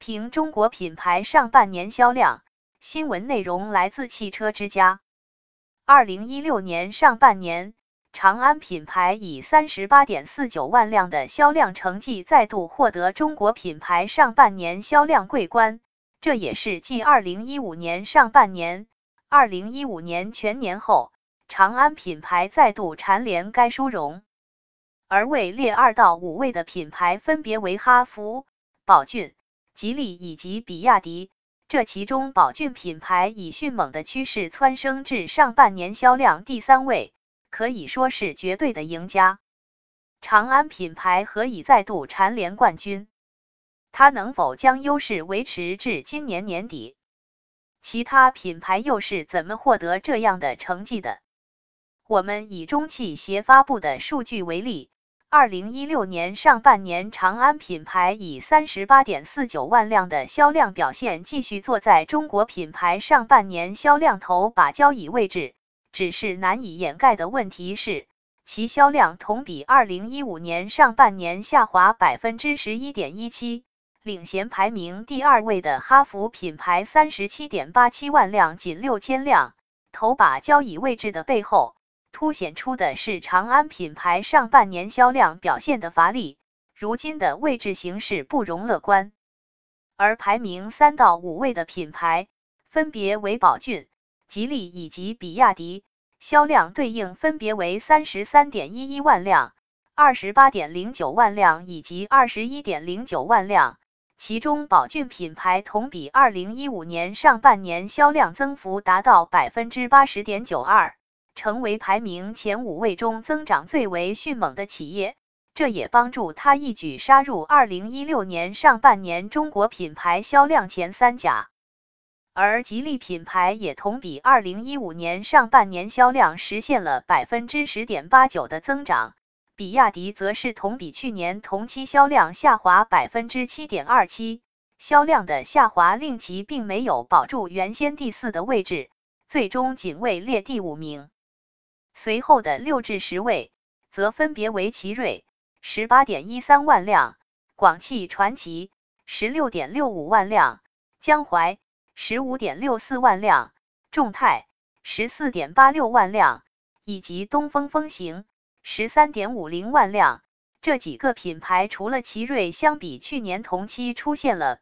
评中国品牌上半年销量，新闻内容来自汽车之家。2016年上半年，长安品牌以 38.49 万辆的销量成绩再度获得中国品牌上半年销量桂冠，这也是继2015年上半年、2015年全年后，长安品牌再度蝉联该殊荣。而位列2到5位的品牌分别为哈弗、宝骏、吉利以及比亚迪，这其中宝骏品牌以迅猛的趋势蹿升至上半年销量第3位，可以说是绝对的赢家。长安品牌何以再度蝉联冠军？它能否将优势维持至今年年底？其他品牌又是怎么获得这样的成绩的？我们以中汽协发布的数据为例，2016年上半年长安品牌以 38.49 万辆的销量表现继续坐在中国品牌上半年销量头把交椅位置，只是难以掩盖的问题是，其销量同比2015年上半年下滑 11.17%， 领衔排名第2位的哈弗品牌 37.87 万辆仅6000辆，头把交椅位置的背后，凸显出的是长安品牌上半年销量表现的乏力，如今的位置形势不容乐观。而排名3到5位的品牌，分别为宝骏、吉利以及比亚迪，销量对应分别为 33.11 万辆、28.09 万辆以及 21.09 万辆，其中宝骏品牌同比2015年上半年销量增幅达到 80.92%。成为排名前5位中增长最为迅猛的企业，这也帮助它一举杀入2016年上半年中国品牌销量前3甲。而吉利品牌也同比2015年上半年销量实现了 10.89% 的增长，比亚迪则是同比去年同期销量下滑 7.27%， 销量的下滑令其并没有保住原先第4的位置，最终仅位列第5名。随后的6至10位，则分别为奇瑞 18.13 万辆、广汽传祺 16.65 万辆、江淮 15.64 万辆、众泰 14.86 万辆，以及东风风行 13.50 万辆。这几个品牌除了奇瑞相比去年同期出现了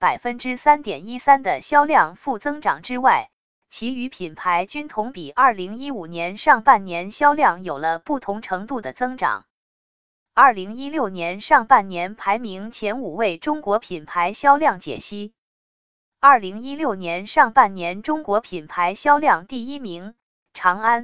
3.13% 的销量负增长之外，其余品牌均同比2015年上半年销量有了不同程度的增长。2016年上半年排名前5位中国品牌销量解析。2016年上半年中国品牌销量第1名，长安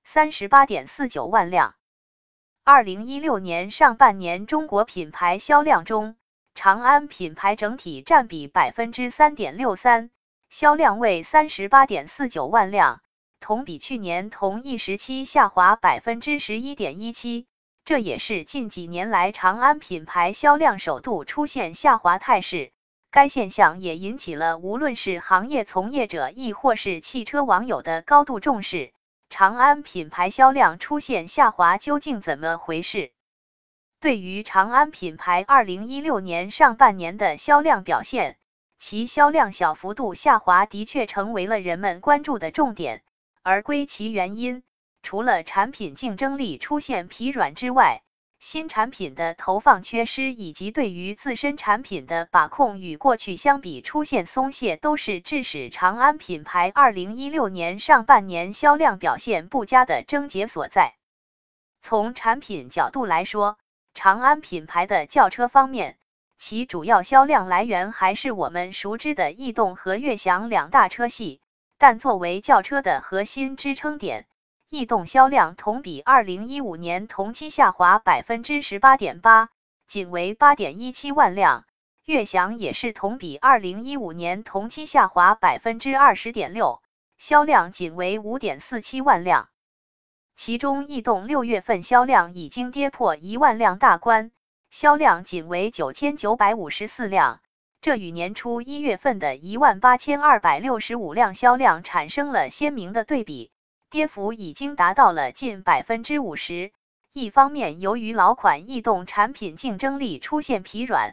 38.49 万辆。2016年上半年中国品牌销量中，长安品牌整体占比 3.63%。销量为 38.49 万辆，同比去年同一时期下滑 11.17%， 这也是近几年来长安品牌销量首度出现下滑态势。该现象也引起了无论是行业从业者亦或是汽车网友的高度重视。长安品牌销量出现下滑究竟怎么回事？对于长安品牌2016年上半年的销量表现，其销量小幅度下滑的确成为了人们关注的重点，而归其原因，除了产品竞争力出现疲软之外，新产品的投放缺失以及对于自身产品的把控与过去相比出现松懈，都是致使长安品牌2016年上半年销量表现不佳的症结所在。从产品角度来说，长安品牌的轿车方面，其主要销量来源还是我们熟知的逸动和悦享2大车系，但作为轿车的核心支撑点，逸动销量同比2015年同期下滑 18.8%， 仅为 8.17 万辆，悦享也是同比2015年同期下滑 20.6%， 销量仅为 5.47 万辆。其中逸动6月份销量已经跌破1万辆大关，销量仅为 9954 辆，这与年初1月份的 18265 辆销量产生了鲜明的对比，跌幅已经达到了近 50%。一方面由于老款逸动产品竞争力出现疲软，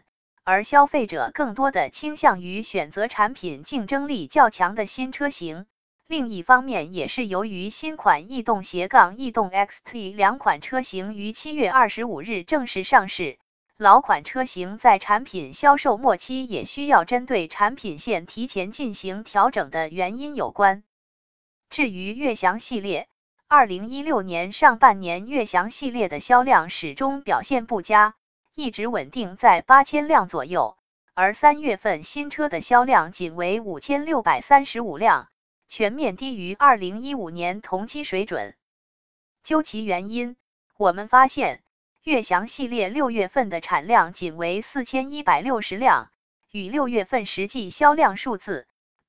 而消费者更多的倾向于选择产品竞争力较强的新车型。另一方面，也是由于新款逸动-逸动 XT 两款车型于7月25日正式上市，老款车型在产品销售末期也需要针对产品线提前进行调整的原因有关。至于悦翔系列，2016年上半年悦翔系列的销量始终表现不佳，一直稳定在8000辆左右，而3月份新车的销量仅为5635辆，全面低于2015年同期水准。究其原因，我们发现悦翔系列6月份的产量仅为4160辆，与6月份实际销量数字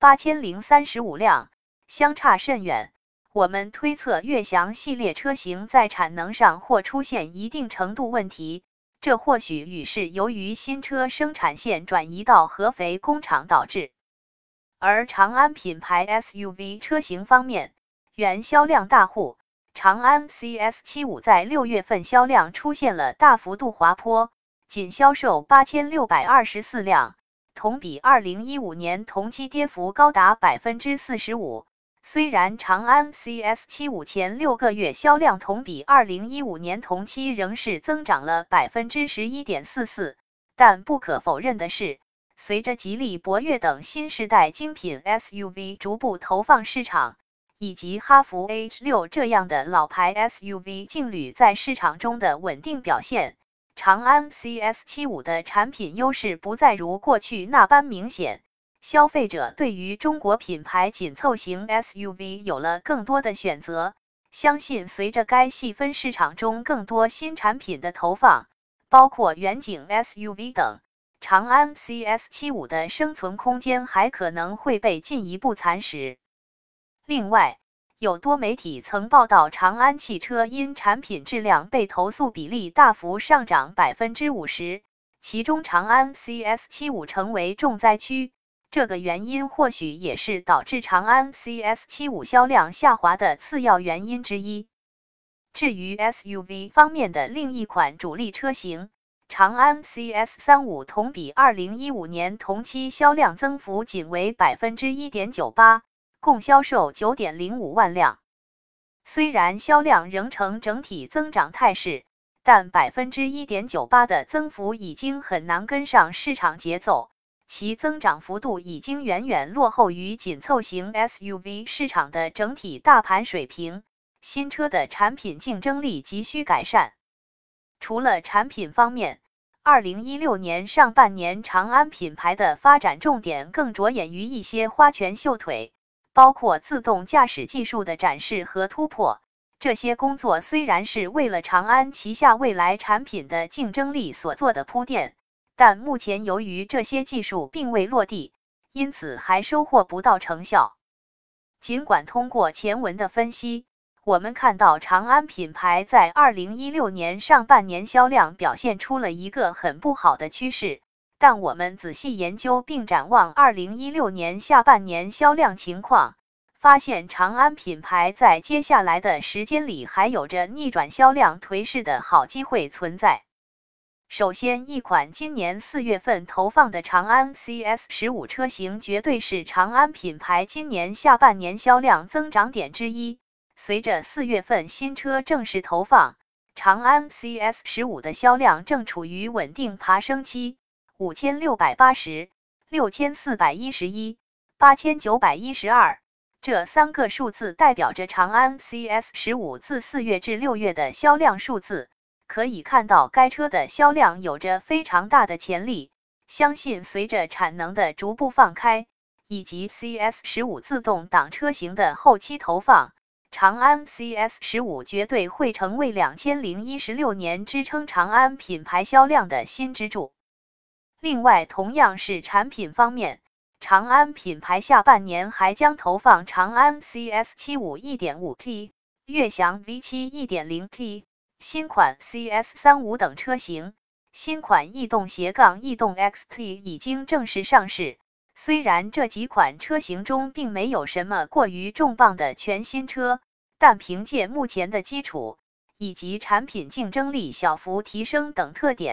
8035辆相差甚远。我们推测悦翔系列车型在产能上或出现一定程度问题，这或许与是由于新车生产线转移到合肥工厂导致。而长安品牌 SUV 车型方面，原销量大户长安 CS75 在6月份销量出现了大幅度滑坡，仅销售8624辆，同比2015年同期跌幅高达 45%。虽然长安 CS75 前6个月销量同比2015年同期仍是增长了 11.44%， 但不可否认的是，随着吉利博越等新世代精品 SUV 逐步投放市场，以及哈弗 H6 这样的老牌 SUV 劲旅在市场中的稳定表现，长安 CS75 的产品优势不再如过去那般明显。消费者对于中国品牌紧凑型 SUV 有了更多的选择，相信随着该细分市场中更多新产品的投放，包括远景 SUV 等，长安 CS75 的生存空间还可能会被进一步蚕食。另外，有多媒体曾报道长安汽车因产品质量被投诉比例大幅上涨 50%， 其中长安 CS75 成为重灾区。这个原因或许也是导致长安 CS75 销量下滑的次要原因之一。至于 SUV 方面的另一款主力车型，长安 CS35 同比2015年同期销量增幅仅为 1.98%， 共销售 9.05 万辆。虽然销量仍呈整体增长态势，但 1.98% 的增幅已经很难跟上市场节奏。其增长幅度已经远远落后于紧凑型 SUV 市场的整体大盘水平，新车的产品竞争力急需改善。除了产品方面，2016年上半年长安品牌的发展重点更着眼于一些花拳绣腿，包括自动驾驶技术的展示和突破。这些工作虽然是为了长安旗下未来产品的竞争力所做的铺垫，但目前由于这些技术并未落地，因此还收获不到成效。尽管通过前文的分析，我们看到长安品牌在2016年上半年销量表现出了一个很不好的趋势，但我们仔细研究并展望2016年下半年销量情况，发现长安品牌在接下来的时间里还有着逆转销量颓势的好机会存在。首先，一款今年4月份投放的长安 CS15 车型绝对是长安品牌今年下半年销量增长点之一。随着4月份新车正式投放，长安 CS15 的销量正处于稳定爬升期，5680、6411、8912，这3个数字代表着长安 CS15 自4月至6月的销量数字。可以看到该车的销量有着非常大的潜力，相信随着产能的逐步放开，以及 CS15 自动挡车型的后期投放，长安 CS15 绝对会成为2016年支撑长安品牌销量的新支柱。另外，同样是产品方面，长安品牌下半年还将投放长安 CS75 1.5T、悦翔 V7 1.0T、新款 CS35 等车型。新款逸动-逸动 XT 已经正式上市，虽然这几款车型中并没有什么过于重磅的全新车，但凭借目前的基础以及产品竞争力小幅提升等特点，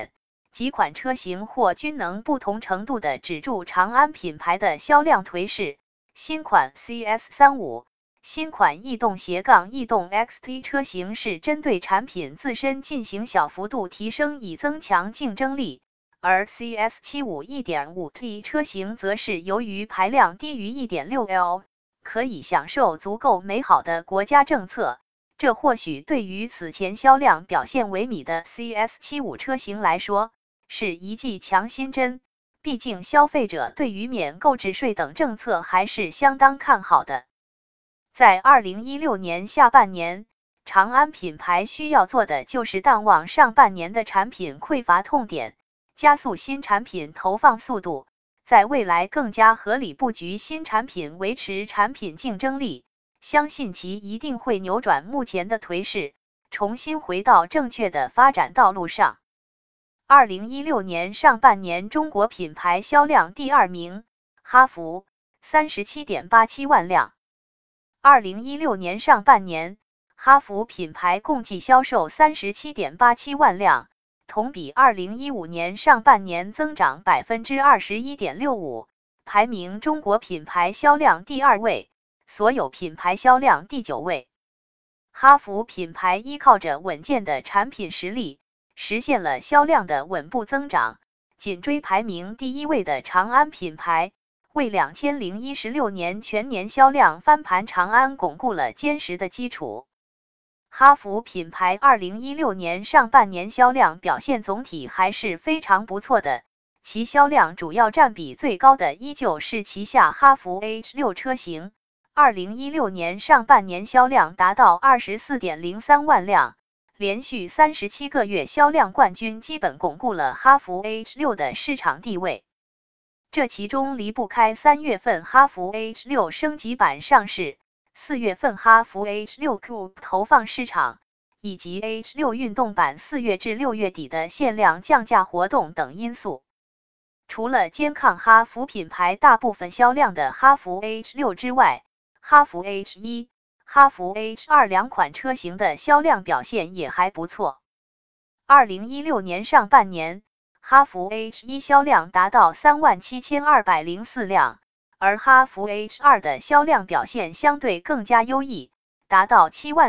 几款车型或均能不同程度地止住长安品牌的销量颓势。新款 CS35、新款逸动-逸动 XT 车型是针对产品自身进行小幅度提升，以增强竞争力。而 CS75 1.5T 车型则是由于排量低于 1.6L， 可以享受足够美好的国家政策，这或许对于此前销量表现萎靡的 CS75 车型来说，是一剂强心针，毕竟消费者对于免购置税等政策还是相当看好的。在2016年下半年，长安品牌需要做的就是淡忘上半年的产品匮乏痛点，加速新产品投放速度，在未来更加合理布局新产品，维持产品竞争力。相信其一定会扭转目前的颓势，重新回到正确的发展道路上。2016年上半年中国品牌销量第2名，哈弗 37.87 万辆。2016年上半年，哈弗品牌共计销售 37.87 万辆，同比2015年上半年增长 21.65%， 排名中国品牌销量第2位，所有品牌销量第9位。哈弗品牌依靠着稳健的产品实力，实现了销量的稳步增长，紧追排名第1位的长安品牌，为2016年全年销量翻盘长安巩固了坚实的基础。哈弗品牌2016年上半年销量表现总体还是非常不错的，其销量主要占比最高的依旧是旗下哈弗 H6 车型，2016年上半年销量达到 24.03 万辆，连续37个月销量冠军，基本巩固了哈弗 H6 的市场地位。这其中离不开3月份哈弗 H6 升级版上市，4月份哈弗 H6 Coupe 投放市场，以及 H6 运动版4月至6月底的限量降价活动等因素。除了肩抗哈弗品牌大部分销量的哈弗 H6 之外，哈弗 H1、哈弗 H2 两款车型的销量表现也还不错。2016年上半年，哈弗 H1 销量达到 37,204 辆，而哈弗 H2 的销量表现相对更加优异，达到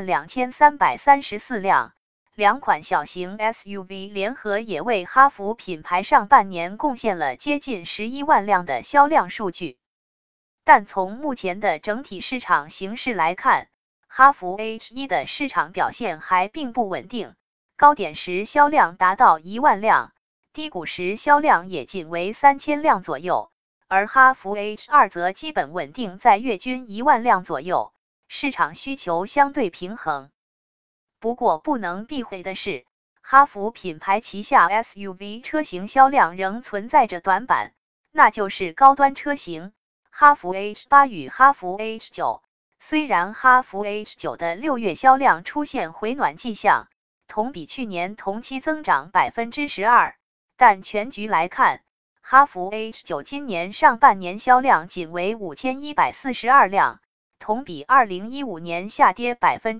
72,334 辆。两款小型 SUV 联合也为哈弗品牌上半年贡献了接近11万辆的销量数据。但从目前的整体市场形势来看，哈弗 H1 的市场表现还并不稳定，高点时销量达到1万辆，低谷时销量也仅为3000辆左右，而哈弗 H2 则基本稳定在月均1万辆左右，市场需求相对平衡。不过不能避讳的是，哈弗品牌旗下 SUV 车型销量仍存在着短板，那就是高端车型哈弗 H8 与哈弗 H9。虽然哈弗 H9 的6月销量出现回暖迹象，同比去年同期增长 12%， 但全局来看，哈弗 H9 今年上半年销量仅为 5142 辆，同比2015年下跌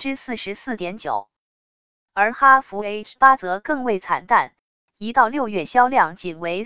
44.9%。而哈弗 H8 则更为惨淡，1到6月销量仅为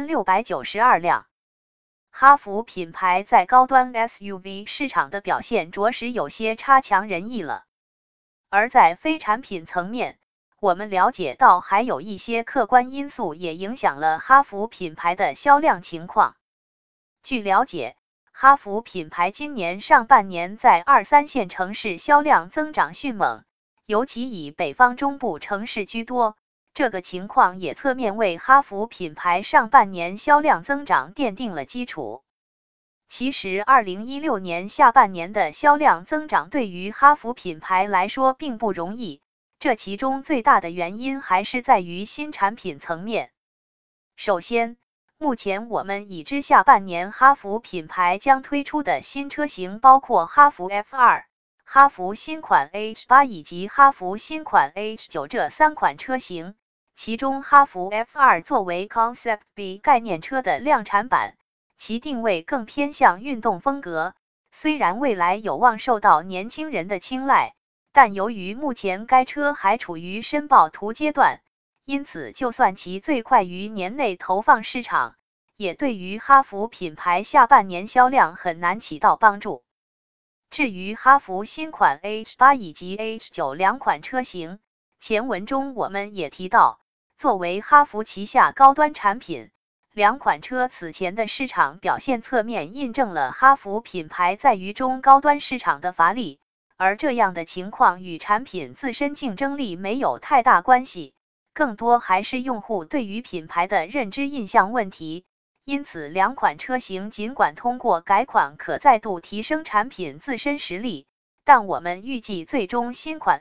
3692 辆。哈弗品牌在高端 SUV 市场的表现着实有些差强人意了。而在非产品层面，我们了解到还有一些客观因素也影响了哈弗品牌的销量情况。据了解，哈弗品牌今年上半年在2、3线城市销量增长迅猛，尤其以北方中部城市居多，这个情况也侧面为哈弗品牌上半年销量增长奠定了基础。其实2016年下半年的销量增长对于哈弗品牌来说并不容易，这其中最大的原因还是在于新产品层面。首先，目前我们已知下半年哈弗品牌将推出的新车型包括哈弗 F2、哈弗新款 H8 以及哈弗新款 H9 这3款车型，其中哈弗 F2 作为 Concept B 概念车的量产版，其定位更偏向运动风格，虽然未来有望受到年轻人的青睐，但由于目前该车还处于申报图阶段， 因此就算其最快于年内投放市场，也对于哈弗品牌下半年销量很难起到帮助。至于哈弗新款 H8 以及 H9 两款车型，前文中我们也提到，作为哈弗旗下高端产品，两款车此前的市场表现侧面印证了哈弗品牌在于中高端市场的乏力，而这样的情况与产品自身竞争力没有太大关系，更多还是用户对于品牌的认知印象问题。因此，两款车型尽管通过改款可再度提升产品自身实力，但我们预计最终新款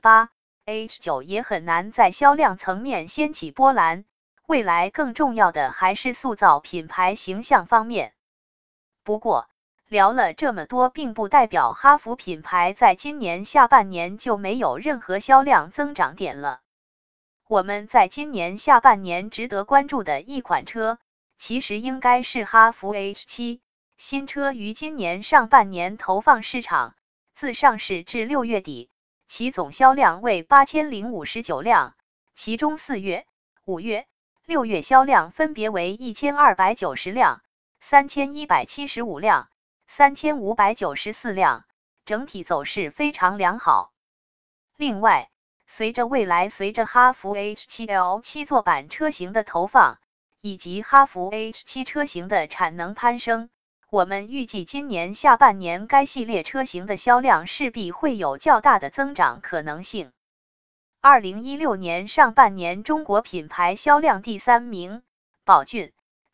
H8、H9 也很难在销量层面掀起波澜。未来更重要的还是塑造品牌形象方面。不过，聊了这么多，并不代表哈弗品牌在今年下半年就没有任何销量增长点了。我们在今年下半年值得关注的一款车，其实应该是哈弗 H7， 新车于今年上半年投放市场，自上市至6月底，其总销量为8059辆，其中4月、5月、6月销量分别为1290辆、3175辆、3594辆，整体走势非常良好。另外，随着哈弗 H7L7 座版车型的投放，以及哈弗 H7 车型的产能攀升，我们预计今年下半年该系列车型的销量势必会有较大的增长可能性。2016年上半年中国品牌销量第3名，宝骏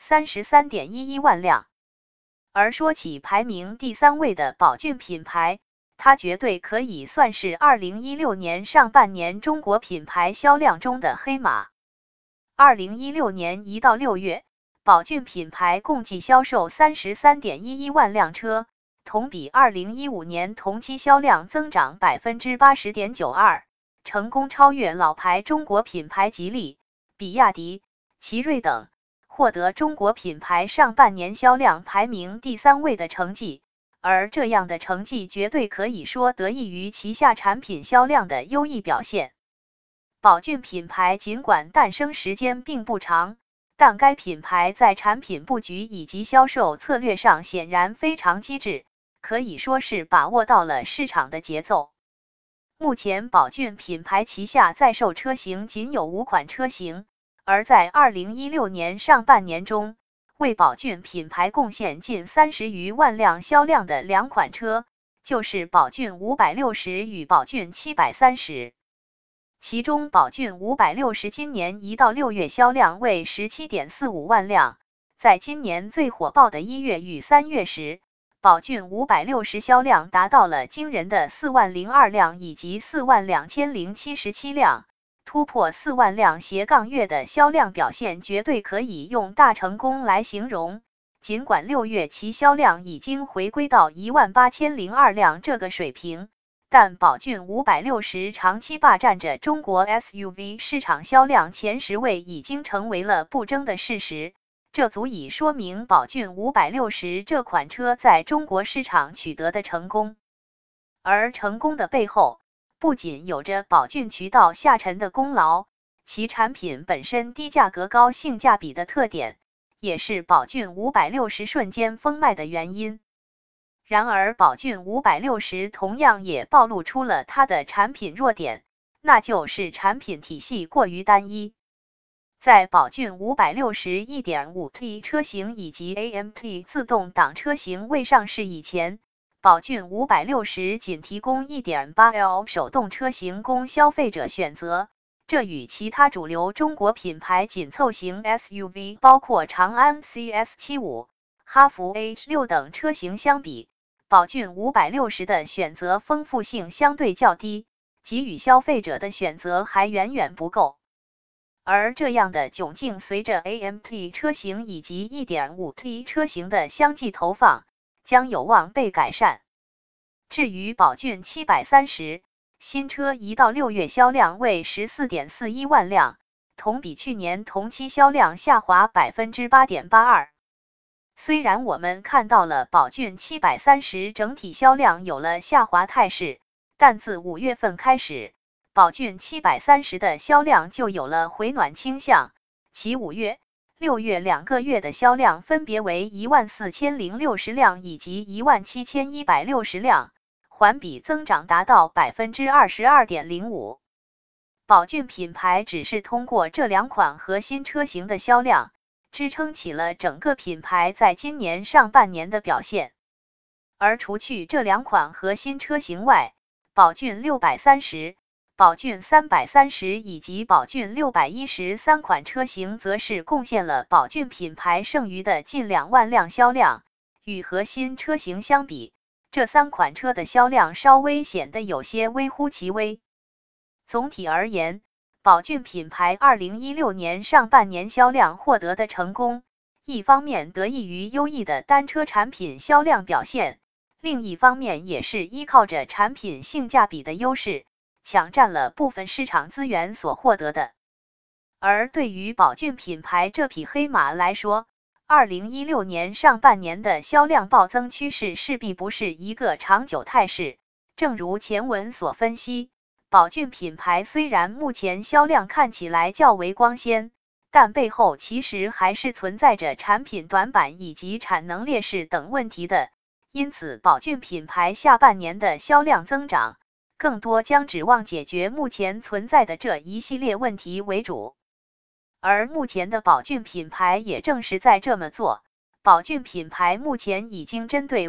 33.11 万辆。而说起排名第3位的宝骏品牌，它绝对可以算是2016年上半年中国品牌销量中的黑马。2016年1到6月，宝骏品牌共计销售 33.11 万辆车，同比2015年同期销量增长 80.92%， 成功超越老牌中国品牌吉利、比亚迪、奇瑞等，获得中国品牌上半年销量排名第3位的成绩。而这样的成绩绝对可以说得益于旗下产品销量的优异表现。宝骏品牌尽管诞生时间并不长，但该品牌在产品布局以及销售策略上显然非常机智，可以说是把握到了市场的节奏。目前宝骏品牌旗下在售车型仅有5款车型，而在2016年上半年中，为宝骏品牌贡献近30余万辆销量的2款车，就是宝骏560与宝骏730。其中宝骏560今年1到6月销量为 17.45 万辆，在今年最火爆的1月与3月时，宝骏560销量达到了惊人的4万02辆以及4万2077辆，突破4万辆月的销量表现绝对可以用大成功来形容。尽管6月其销量已经回归到18002辆这个水平，但宝骏560长期霸占着中国 SUV 市场销量前10位已经成为了不争的事实，这足以说明宝骏560这款车在中国市场取得的成功。而成功的背后，不仅有着宝骏渠道下沉的功劳，其产品本身低价格高性价比的特点，也是宝骏560瞬间封卖的原因。然而宝骏560同样也暴露出了它的产品弱点，那就是产品体系过于单一。在宝骏560 1.5T 车型以及 AMT 自动挡车型未上市以前，宝骏560仅提供 1.8L 手动车型供消费者选择，这与其他主流中国品牌紧凑型 SUV 包括长安 CS75、哈弗 H6 等车型相比，宝骏560的选择丰富性相对较低，给予消费者的选择还远远不够。而这样的窘境随着 AMT 车型以及 1.5T 车型的相继投放，将有望被改善。至于宝骏730，新车1到6月销量为 14.41 万辆，同比去年同期销量下滑 8.82%。虽然我们看到了宝骏730整体销量有了下滑态势，但自5月份开始， 宝骏730的销量就有了回暖倾向，其5月、6月2个月的销量分别为14060辆以及17160辆，环比增长达到 22.05%。宝骏品牌只是通过这2款核心车型的销量，支撑起了整个品牌在今年上半年的表现。而除去这2款核心车型外，宝骏630、宝骏330以及宝骏610 3款车型则是贡献了宝骏品牌剩余的近2万辆销量。与核心车型相比，这3款车的销量稍微显得有些微乎其微。总体而言，宝骏品牌2016年上半年销量获得的成功，一方面得益于优异的单车产品销量表现，另一方面也是依靠着产品性价比的优势，抢占了部分市场资源所获得的。而对于宝骏品牌这匹黑马来说，2016年上半年的销量暴增趋势势必不是一个长久态势。正如前文所分析，宝骏品牌虽然目前销量看起来较为光鲜，但背后其实还是存在着产品短板以及产能劣势等问题的。因此，宝骏品牌下半年的销量增长，更多将指望解决目前存在的这一系列问题为主。而目前的宝骏品牌也正是在这么做。宝骏品牌目前已经针对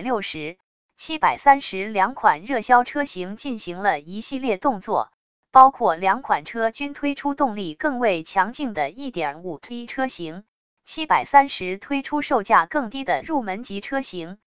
560、730两款热销车型进行了一系列动作，包括2款车均推出动力更为强劲的 1.5T 车型，730推出售价更低的入门级车型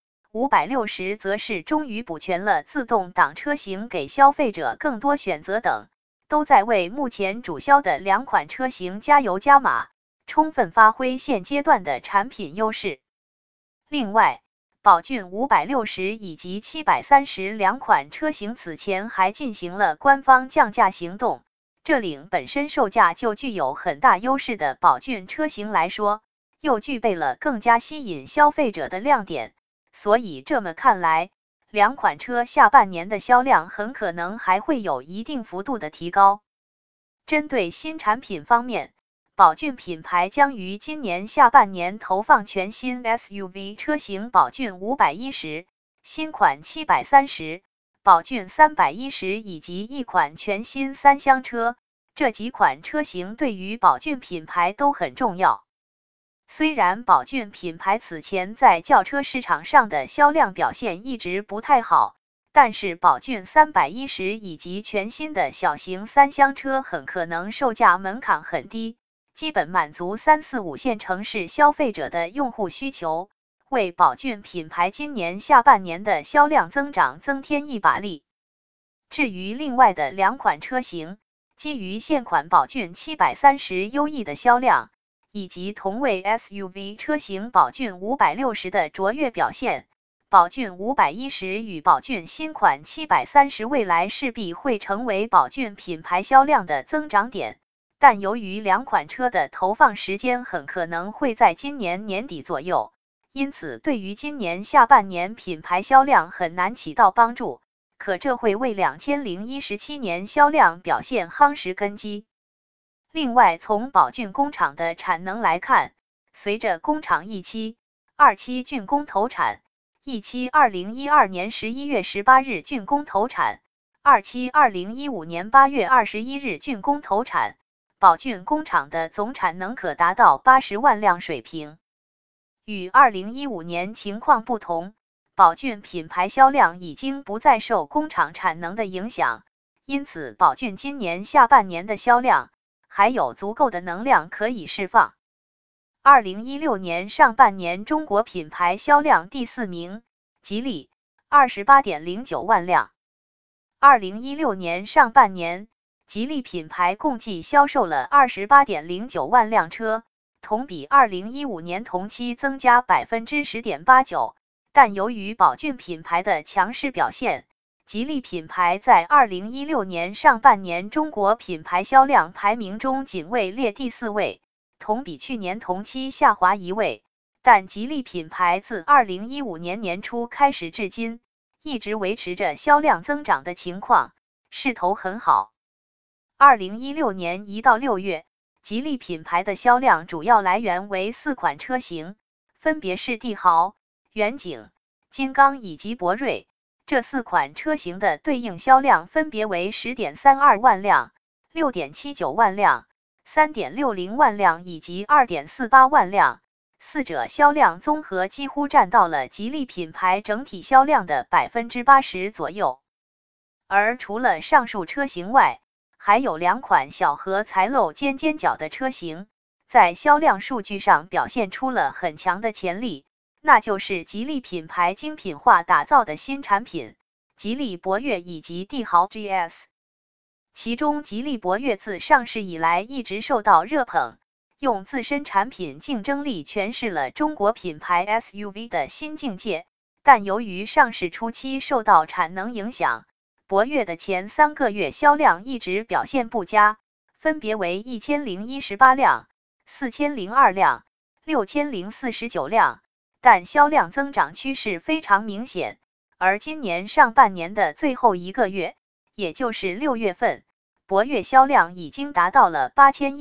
，560则是终于补全了自动挡车型，给消费者更多选择等，都在为目前主销的2款车型加油加码，充分发挥现阶段的产品优势。另外，宝骏560以及730两款车型此前还进行了官方降价行动，这令本身售价就具有很大优势的宝骏车型来说，又具备了更加吸引消费者的亮点。所以这么看来，2款车下半年的销量很可能还会有一定幅度的提高。针对新产品方面，宝骏品牌将于今年下半年投放全新 SUV 车型宝骏510、新款730、宝骏310以及一款全新3厢车，这几款车型对于宝骏品牌都很重要。虽然宝骏品牌此前在轿车市场上的销量表现一直不太好，但是宝骏310以及全新的小型3厢车很可能售价门槛很低，基本满足3、4、5线城市消费者的用户需求，为宝骏品牌今年下半年的销量增长增添一把力。至于另外的2款车型，基于现款宝骏730优异的销量，以及同为 SUV 车型宝骏560的卓越表现，宝骏510与宝骏新款730未来势必会成为宝骏品牌销量的增长点。但由于2款车的投放时间很可能会在今年年底左右，因此对于今年下半年品牌销量很难起到帮助，可这会为2017年销量表现夯实根基。另外，从宝骏工厂的产能来看，随着工厂1期、2期竣工投产，1期2012年11月18日竣工投产，2期2015年8月21日竣工投产，宝骏工厂的总产能可达到80万辆水平。与2015年情况不同，宝骏品牌销量已经不再受工厂产能的影响，因此宝骏今年下半年的销量还有足够的能量可以释放。2016年上半年中国品牌销量第4名，吉利 28.09 万辆。2016年上半年，吉利品牌共计销售了 28.09 万辆车，同比2015年同期增加 10.89%， 但由于宝骏品牌的强势表现，吉利品牌在2016年上半年中国品牌销量排名中仅位列第4位，同比去年同期下滑1位，但吉利品牌自2015年年初开始至今，一直维持着销量增长的情况，势头很好。 2016年1到6月，吉利品牌的销量主要来源为4款车型，分别是帝豪、远景、金刚以及博瑞。这4款车型的对应销量分别为 10.32 万辆、6.79 万辆、3.60万辆以及 2.48 万辆，四者销量综合几乎占到了吉利品牌整体销量的 80% 左右。而除了上述车型外，还有2款小和才露尖尖角的车型，在销量数据上表现出了很强的潜力，那就是吉利品牌精品化打造的新产品吉利博越以及帝豪 GS。 其中吉利博越自上市以来一直受到热捧，用自身产品竞争力诠释了中国品牌 SUV 的新境界，但由于上市初期受到产能影响，博越的前3个月销量一直表现不佳，分别为1018辆、4002辆、6049辆，但销量增长趋势非常明显。而今年上半年的最后1个月，也就是6月份，博越销量已经达到了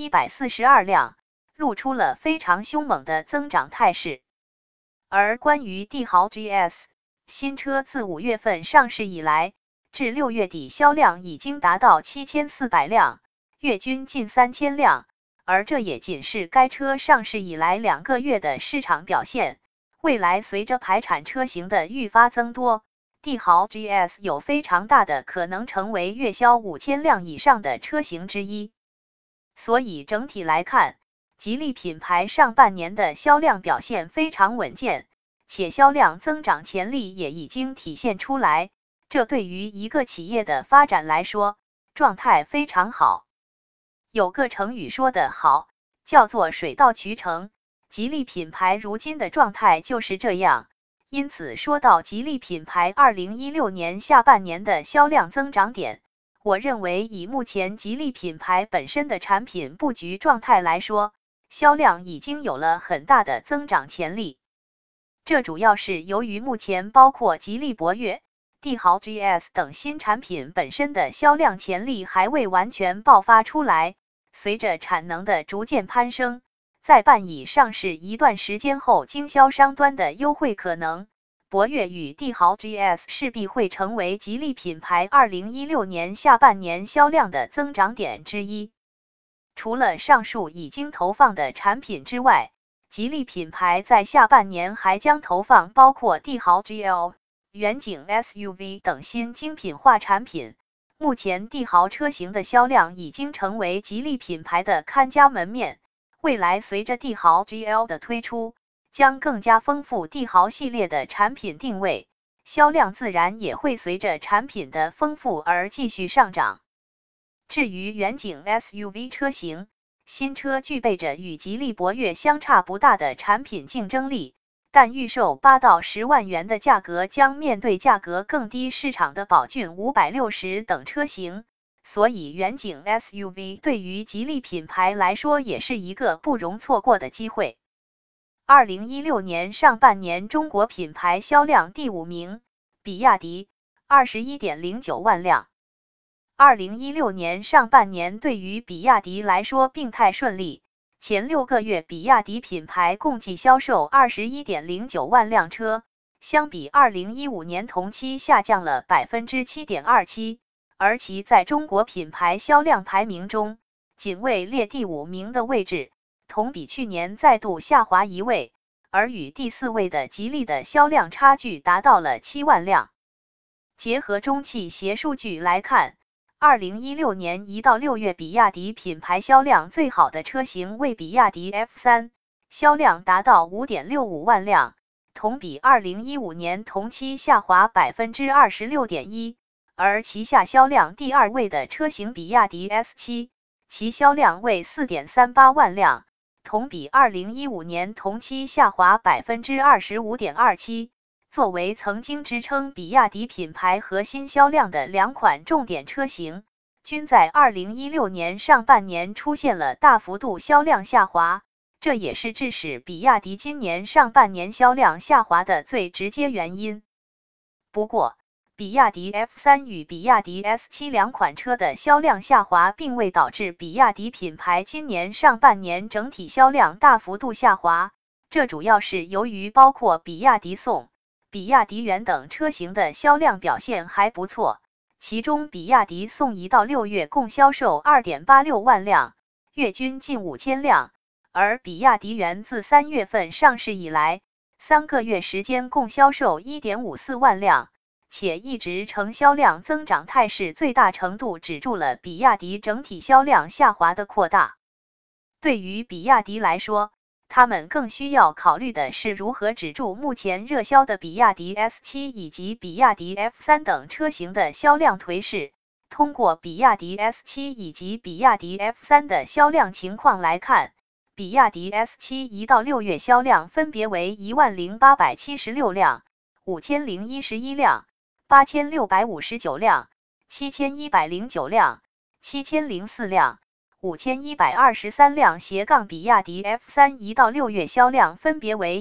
8142辆，露出了非常凶猛的增长态势。而关于帝豪 GS， 新车自5月份上市以来，至6月底销量已经达到7400辆，月均近3000辆，而这也仅是该车上市以来2个月的市场表现。未来随着排产车型的愈发增多，帝豪 GS 有非常大的可能成为月销5000辆以上的车型之一。所以整体来看，吉利品牌上半年的销量表现非常稳健，且销量增长潜力也已经体现出来，这对于一个企业的发展来说，状态非常好。有个成语说得好，叫做水到渠成，吉利品牌如今的状态就是这样。因此说到吉利品牌2016年下半年的销量增长点，我认为以目前吉利品牌本身的产品布局状态来说，销量已经有了很大的增长潜力。这主要是由于目前包括吉利博越、帝豪 GS 等新产品本身的销量潜力还未完全爆发出来，随着产能的逐渐攀升，在办理上市一段时间后，经销商端的优惠可能，博越与帝豪 GS 势必会成为吉利品牌2016年下半年销量的增长点之一。除了上述已经投放的产品之外，吉利品牌在下半年还将投放包括帝豪 GL、远景 SUV 等新精品化产品。目前帝豪车型的销量已经成为吉利品牌的看家门面，未来随着帝豪 GL 的推出，将更加丰富帝豪系列的产品定位，销量自然也会随着产品的丰富而继续上涨。至于远景 SUV 车型，新车具备着与吉利博越相差不大的产品竞争力，但预售8到10万元的价格将面对价格更低市场的宝骏560等车型，所以远景 SUV 对于吉利品牌来说也是一个不容错过的机会。2016年上半年中国品牌销量第5名，比亚迪 21.09 万辆。2016年上半年对于比亚迪来说并太顺利，前6个月比亚迪品牌共计销售 21.09 万辆车，相比2015年同期下降了 7.27%， 而其在中国品牌销量排名中仅位列第5名的位置，同比去年再度下滑1位，而与第4位的吉利的销量差距达到了7万辆。结合中汽协数据来看，2016年1到6月比亚迪品牌销量最好的车型为比亚迪 F3， 销量达到 5.65 万辆，同比2015年同期下滑 26.1%， 而旗下销量第2位的车型比亚迪 S7， 其销量为 4.38 万辆，同比2015年同期下滑 25.27%。作为曾经支撑比亚迪品牌核心销量的2款重点车型，均在2016年上半年出现了大幅度销量下滑，这也是致使比亚迪今年上半年销量下滑的最直接原因。不过， 比亚迪 F3 与比亚迪 S7 两款车的销量下滑，并未导致比亚迪品牌今年上半年整体销量大幅度下滑，这主要是由于包括比亚迪宋、比亚迪元等车型的销量表现还不错，其中比亚迪宋1到6月共销售 2.86 万辆，月均近5000辆，而比亚迪元自3月份上市以来，3个月时间共销售 1.54 万辆，且一直呈销量增长态势，最大程度止住了比亚迪整体销量下滑的扩大。对于比亚迪来说，他们更需要考虑的是如何止住目前热销的比亚迪 S7 以及比亚迪 F3 等车型的销量颓势。通过比亚迪 S7 以及比亚迪 F3 的销量情况来看，比亚迪 S7 1到6月销量分别为10876辆、5011辆、8659辆、7109辆、7004辆、5123辆，比亚迪 F3 1到6月销量分别为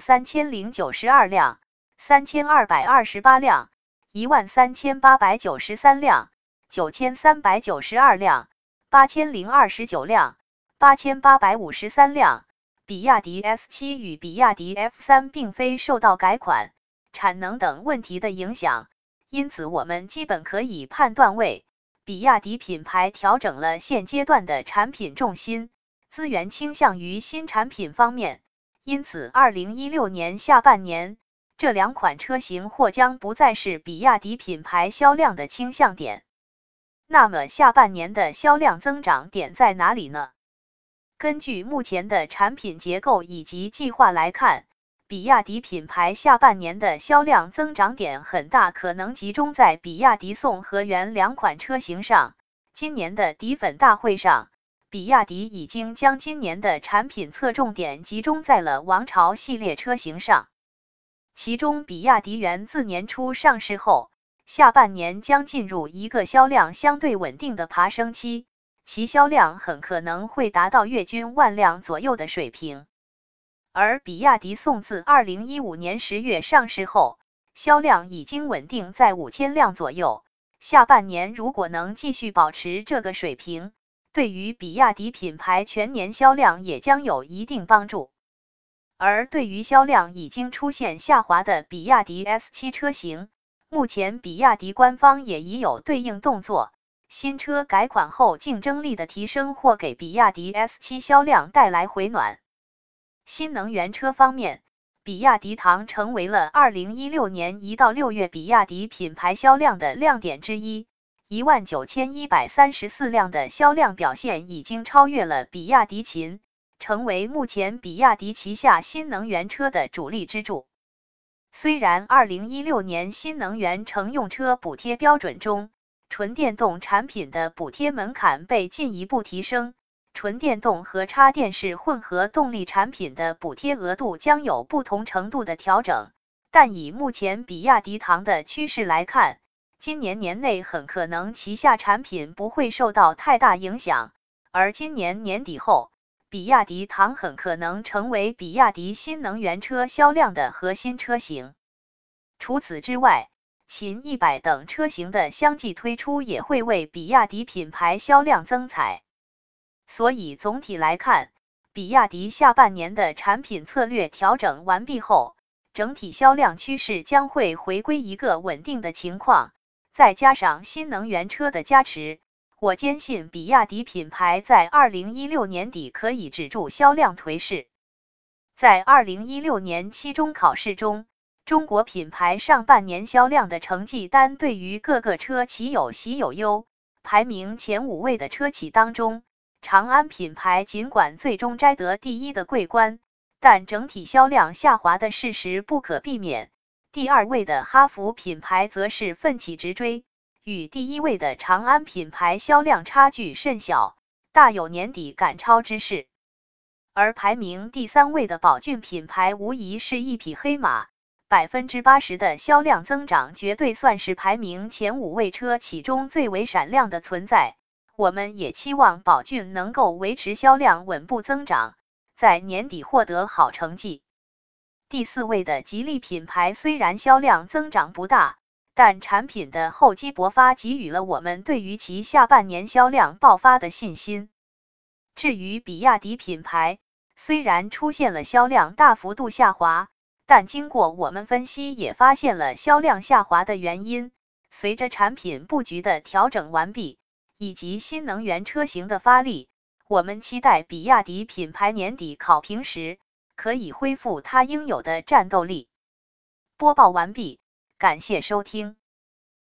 13092辆、3228辆、13893辆、9392辆、8029辆、8853辆。比亚迪 S7 与比亚迪 F3 并非受到改款、产能等问题的影响，因此我们基本可以判断为比亚迪品牌调整了现阶段的产品重心，资源倾向于新产品方面，因此2016年下半年，这两款车型或将不再是比亚迪品牌销量的倾向点。那么下半年的销量增长点在哪里呢？根据目前的产品结构以及计划来看，比亚迪品牌下半年的销量增长点很大可能集中在比亚迪宋和元两款车型上。今年的底粉大会上，比亚迪已经将今年的产品侧重点集中在了王朝系列车型上。其中比亚迪元自年初上市后，下半年将进入一个销量相对稳定的爬升期，其销量很可能会达到月均万辆左右的水平。而比亚迪宋自2015年10月上市后，销量已经稳定在5000辆左右，下半年如果能继续保持这个水平，对于比亚迪品牌全年销量也将有一定帮助。而对于销量已经出现下滑的比亚迪 S7 车型，目前比亚迪官方也已有对应动作，新车改款后竞争力的提升或给比亚迪 S7 销量带来回暖。新能源车方面，比亚迪唐成为了2016年1到6月比亚迪品牌销量的亮点之一，19134辆的销量表现已经超越了比亚迪秦，成为目前比亚迪旗下新能源车的主力支柱。虽然2016年新能源乘用车补贴标准中，纯电动产品的补贴门槛被进一步提升，纯电动和插电式混合动力产品的补贴额度将有不同程度的调整，但以目前比亚迪唐的趋势来看，今年年内很可能旗下产品不会受到太大影响，而今年年底后，比亚迪唐很可能成为比亚迪新能源车销量的核心车型。除此之外，秦100等车型的相继推出也会为比亚迪品牌销量增彩。所以总体来看，比亚迪下半年的产品策略调整完毕后，整体销量趋势将会回归一个稳定的情况，再加上新能源车的加持，我坚信比亚迪品牌在2016年底可以止住销量颓势。在2016年期中考试中，中国品牌上半年销量的成绩单对于各个车企有喜有忧，排名前5位的车企当中，长安品牌尽管最终摘得第一的桂冠，但整体销量下滑的事实不可避免。第2位的哈弗品牌则是奋起直追，与第1位的长安品牌销量差距甚小，大有年底赶超之势。而排名第3位的宝骏品牌无疑是一匹黑马，80%的销量增长绝对算是排名前5位车企中最为闪亮的存在。我们也期望宝骏能够维持销量稳步增长，在年底获得好成绩。第4位的吉利品牌虽然销量增长不大， 但产品的厚积薄发给予了我们对于其下半年销量爆发的信心。至于比亚迪品牌，虽然出现了销量大幅度下滑，但经过我们分析也发现了销量下滑的原因。随着产品布局的调整完毕，以及新能源车型的发力，我们期待比亚迪品牌年底考评时可以恢复它应有的战斗力。播报完毕，感谢收听。